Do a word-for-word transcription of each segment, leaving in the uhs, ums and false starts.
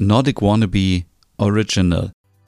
Nordic Wannabe Original.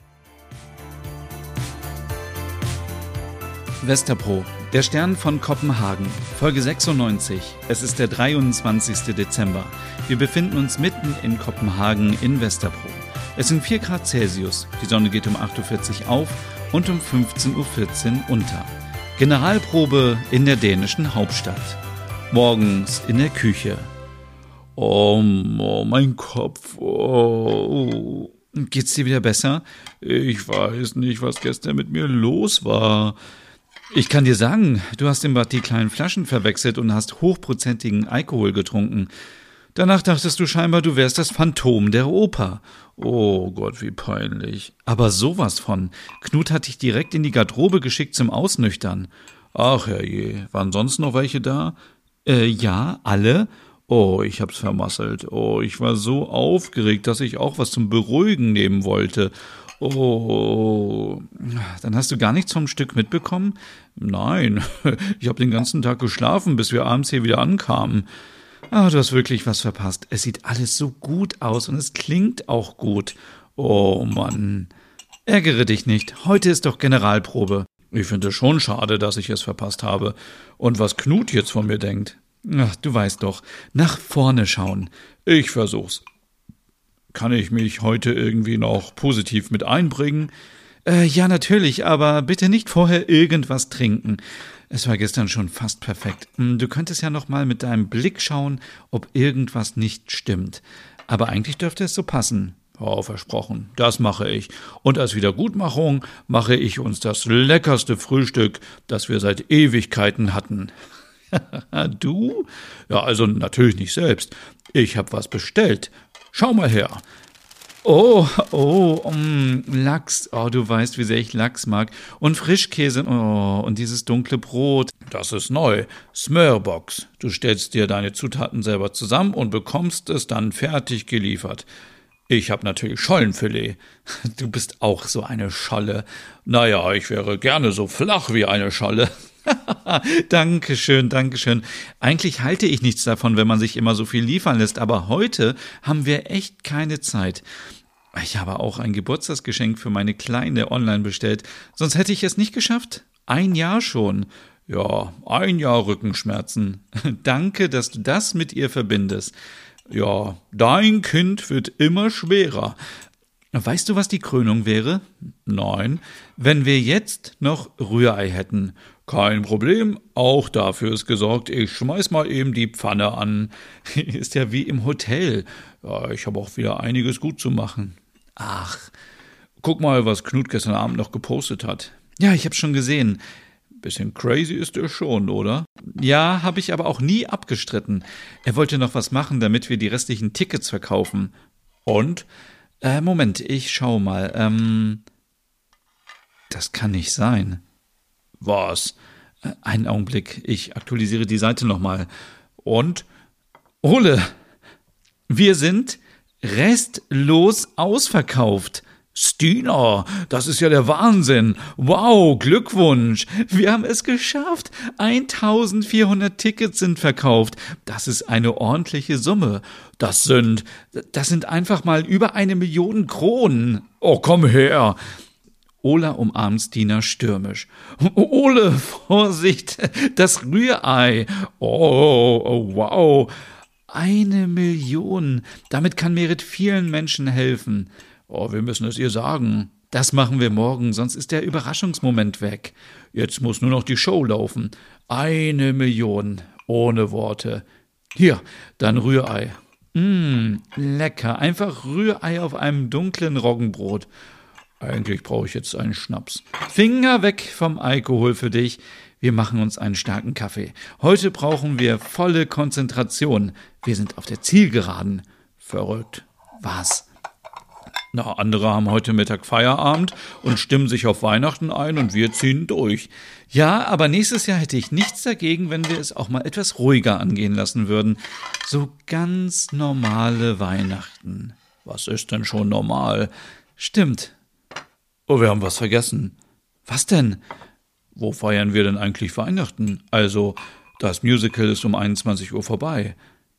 Westerpro, der Stern von Kopenhagen, Folge sechsundneunzig. Es ist der dreiundzwanzigster Dezember. Wir befinden uns mitten in Kopenhagen in Westerpro. Es sind vier Grad Celsius, die Sonne geht um acht Uhr vierzig auf und um fünfzehn Uhr vierzehn unter. Generalprobe in der dänischen Hauptstadt. Morgens in der Küche. Oh, oh mein Kopf. Oh. Geht's dir wieder besser? Ich weiß nicht, was gestern mit mir los war. Ich kann dir sagen, du hast im Bad die kleinen Flaschen verwechselt und hast hochprozentigen Alkohol getrunken. Danach dachtest du scheinbar, du wärst das Phantom der Oper. Oh Gott, wie peinlich. Aber sowas von. Knut hat dich direkt in die Garderobe geschickt zum Ausnüchtern. Ach herrje, waren sonst noch welche da? Äh, ja, alle? Oh, ich hab's vermasselt. Oh, ich war so aufgeregt, dass ich auch was zum Beruhigen nehmen wollte. Oh, dann hast du gar nichts vom Stück mitbekommen? Nein, ich habe den ganzen Tag geschlafen, bis wir abends hier wieder ankamen. Ah, du hast wirklich was verpasst. Es sieht alles so gut aus und es klingt auch gut. Oh Mann. Ärgere dich nicht. Heute ist doch Generalprobe. Ich finde es schon schade, dass ich es verpasst habe. Und was Knut jetzt von mir denkt. Ach, du weißt doch. Nach vorne schauen. Ich versuch's. Kann ich mich heute irgendwie noch positiv mit einbringen? Äh, ja, natürlich, aber bitte nicht vorher irgendwas trinken. Es war gestern schon fast perfekt. Du könntest ja noch mal mit deinem Blick schauen, ob irgendwas nicht stimmt. Aber eigentlich dürfte es so passen. Oh, versprochen, das mache ich. Und als Wiedergutmachung mache ich uns das leckerste Frühstück, das wir seit Ewigkeiten hatten. Du? Ja, also natürlich nicht selbst. Ich habe was bestellt. Schau mal her. Oh, oh, mm, Lachs. Oh, du weißt, wie sehr ich Lachs mag. Und Frischkäse. Oh, und dieses dunkle Brot. Das ist neu. Smørbox. Du stellst dir deine Zutaten selber zusammen und bekommst es dann fertig geliefert. Ich habe natürlich Schollenfilet. Du bist auch so eine Scholle. Naja, ich wäre gerne so flach wie eine Scholle. Dankeschön, Dankeschön. Eigentlich halte ich nichts davon, wenn man sich immer so viel liefern lässt, aber heute haben wir echt keine Zeit. Ich habe auch ein Geburtstagsgeschenk für meine Kleine online bestellt, sonst hätte ich es nicht geschafft. Ein Jahr schon. Ja, ein Jahr Rückenschmerzen. Danke, dass du das mit ihr verbindest. Ja, dein Kind wird immer schwerer. Weißt du, was die Krönung wäre? Nein, wenn wir jetzt noch Rührei hätten. Kein Problem, auch dafür ist gesorgt. Ich schmeiß mal eben die Pfanne an. Ist ja wie im Hotel. Ja, ich habe auch wieder einiges gut zu machen. Ach, guck mal, was Knut gestern Abend noch gepostet hat. Ja, ich hab's schon gesehen. Bisschen crazy ist er schon, oder? Ja, habe ich aber auch nie abgestritten. Er wollte noch was machen, damit wir die restlichen Tickets verkaufen. Und? Äh, Moment, ich schau mal. Ähm, das kann nicht sein. Was? Äh, einen Augenblick, ich aktualisiere die Seite nochmal. Und? Ole, wir sind restlos ausverkauft. Stina, das ist ja der Wahnsinn. Wow, Glückwunsch. Wir haben es geschafft. eintausendvierhundert Tickets sind verkauft. Das ist eine ordentliche Summe. Das sind, das sind einfach mal über eine Million Kronen. Oh, komm her. Ola umarmt Stina stürmisch. Ole, Vorsicht, das Rührei. Oh, oh, wow. Eine Million. Damit kann Merit vielen Menschen helfen. Oh, wir müssen es ihr sagen. Das machen wir morgen, sonst ist der Überraschungsmoment weg. Jetzt muss nur noch die Show laufen. Eine Million, ohne Worte. Hier, dann Rührei. Mmm, lecker. Einfach Rührei auf einem dunklen Roggenbrot. Eigentlich brauche ich jetzt einen Schnaps. Finger weg vom Alkohol für dich. Wir machen uns einen starken Kaffee. Heute brauchen wir volle Konzentration. Wir sind auf der Zielgeraden. Verrückt. Was? Na, andere haben heute Mittag Feierabend und stimmen sich auf Weihnachten ein und wir ziehen durch. Ja, aber nächstes Jahr hätte ich nichts dagegen, wenn wir es auch mal etwas ruhiger angehen lassen würden. So ganz normale Weihnachten. Was ist denn schon normal? Stimmt. Oh, wir haben was vergessen. Was denn? Wo feiern wir denn eigentlich Weihnachten? Also, das Musical ist um einundzwanzig Uhr vorbei.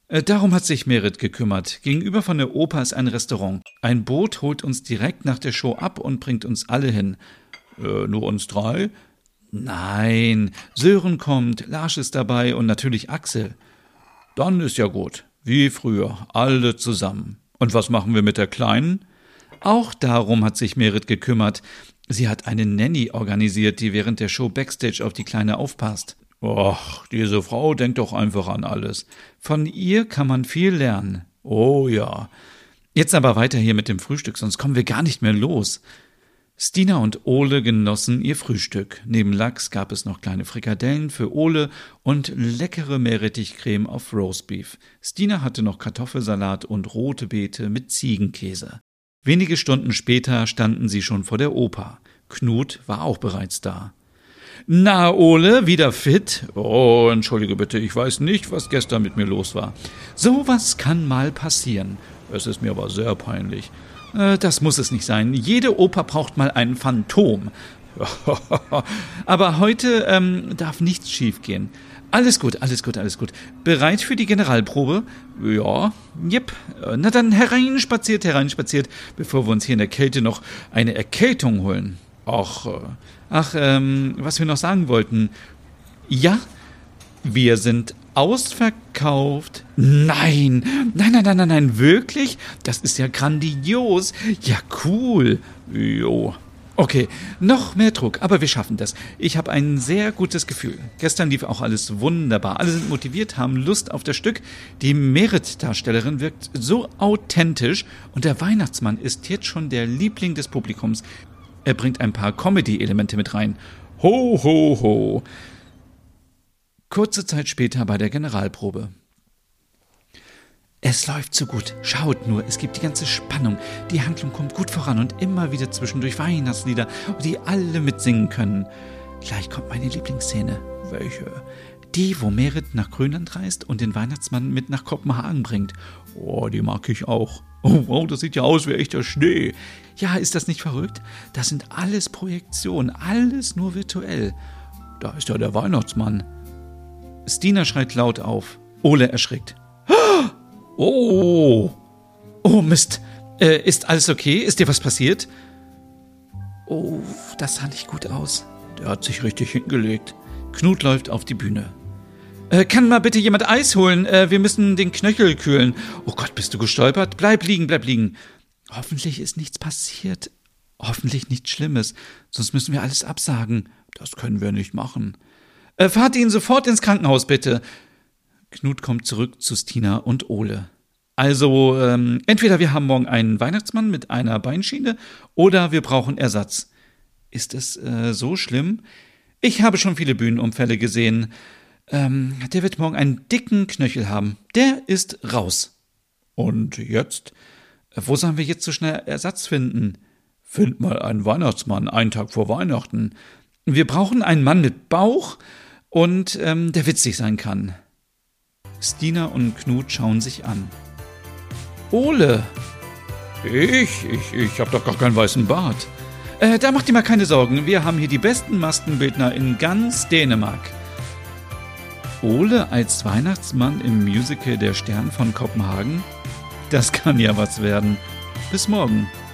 Äh, darum hat sich Merit gekümmert. Gegenüber von der Oper ist ein Restaurant. Ein Boot holt uns direkt nach der Show ab und bringt uns alle hin. Äh, nur uns drei? Nein, Sören kommt, Lars ist dabei und natürlich Axel. Dann ist ja gut. Wie früher, alle zusammen. Und was machen wir mit der Kleinen? Auch darum hat sich Merit gekümmert. Sie hat eine Nanny organisiert, die während der Show Backstage auf die Kleine aufpasst. Och, diese Frau denkt doch einfach an alles. Von ihr kann man viel lernen. Oh ja. Jetzt aber weiter hier mit dem Frühstück, sonst kommen wir gar nicht mehr los. Stina und Ole genossen ihr Frühstück. Neben Lachs gab es noch kleine Frikadellen für Ole und leckere Meerrettichcreme auf Roastbeef. Stina hatte noch Kartoffelsalat und rote Beete mit Ziegenkäse. Wenige Stunden später standen sie schon vor der Oper. Knut war auch bereits da. »Na, Ole, wieder fit?« »Oh, entschuldige bitte, ich weiß nicht, was gestern mit mir los war.« »Sowas kann mal passieren. Es ist mir aber sehr peinlich.« äh, »Das muss es nicht sein. Jede Oper braucht mal ein Phantom.« »Aber heute ähm, darf nichts schiefgehen. Alles gut, alles gut, alles gut. Bereit für die Generalprobe?« »Ja, jep. Na dann hereinspaziert, hereinspaziert, bevor wir uns hier in der Kälte noch eine Erkältung holen.« Ach, ach, ähm, was wir noch sagen wollten. Ja, wir sind ausverkauft. Nein, nein, nein, nein, nein, nein, wirklich? Das ist ja grandios. Ja, cool. Jo. Okay, noch mehr Druck, aber wir schaffen das. Ich habe ein sehr gutes Gefühl. Gestern lief auch alles wunderbar. Alle sind motiviert, haben Lust auf das Stück. Die Merit-Darstellerin wirkt so authentisch und der Weihnachtsmann ist jetzt schon der Liebling des Publikums. Er bringt ein paar Comedy-Elemente mit rein. Ho, ho, ho. Kurze Zeit später bei der Generalprobe. Es läuft so gut. Schaut nur, es gibt die ganze Spannung. Die Handlung kommt gut voran und immer wieder zwischendurch Weihnachtslieder, die alle mitsingen können. Gleich kommt meine Lieblingsszene. Welche? Die, wo Merit nach Grönland reist und den Weihnachtsmann mit nach Kopenhagen bringt. Oh, die mag ich auch. Oh, wow, das sieht ja aus wie echter Schnee. Ja, ist das nicht verrückt? Das sind alles Projektionen, alles nur virtuell. Da ist ja der Weihnachtsmann. Stina schreit laut auf. Ole erschrickt. Oh, oh Mist. Äh, ist alles okay? Ist dir was passiert? Oh, das sah nicht gut aus. Der hat sich richtig hingelegt. Knut läuft auf die Bühne. Äh, kann mal bitte jemand Eis holen? Äh, wir müssen den Knöchel kühlen. Oh Gott, bist du gestolpert? Bleib liegen, bleib liegen. Hoffentlich ist nichts passiert. Hoffentlich nichts Schlimmes. Sonst müssen wir alles absagen. Das können wir nicht machen. Äh, fahrt ihn sofort ins Krankenhaus, bitte. Knut kommt zurück zu Stina und Ole. Also, ähm, entweder wir haben morgen einen Weihnachtsmann mit einer Beinschiene oder wir brauchen Ersatz. Ist es äh, so schlimm? Ich habe schon viele Bühnenunfälle gesehen. Ähm, der wird morgen einen dicken Knöchel haben. Der ist raus. Und jetzt? Wo sollen wir jetzt so schnell Ersatz finden? Find mal einen Weihnachtsmann, einen Tag vor Weihnachten. Wir brauchen einen Mann mit Bauch und ähm, der witzig sein kann. Stina und Knut schauen sich an. Ole! Ich? Ich, ich hab doch gar keinen weißen Bart. Äh, da macht ihr mal keine Sorgen. Wir haben hier die besten Maskenbildner in ganz Dänemark. Ole als Weihnachtsmann im Musical Der Stern von Kopenhagen? Das kann ja was werden. Bis morgen.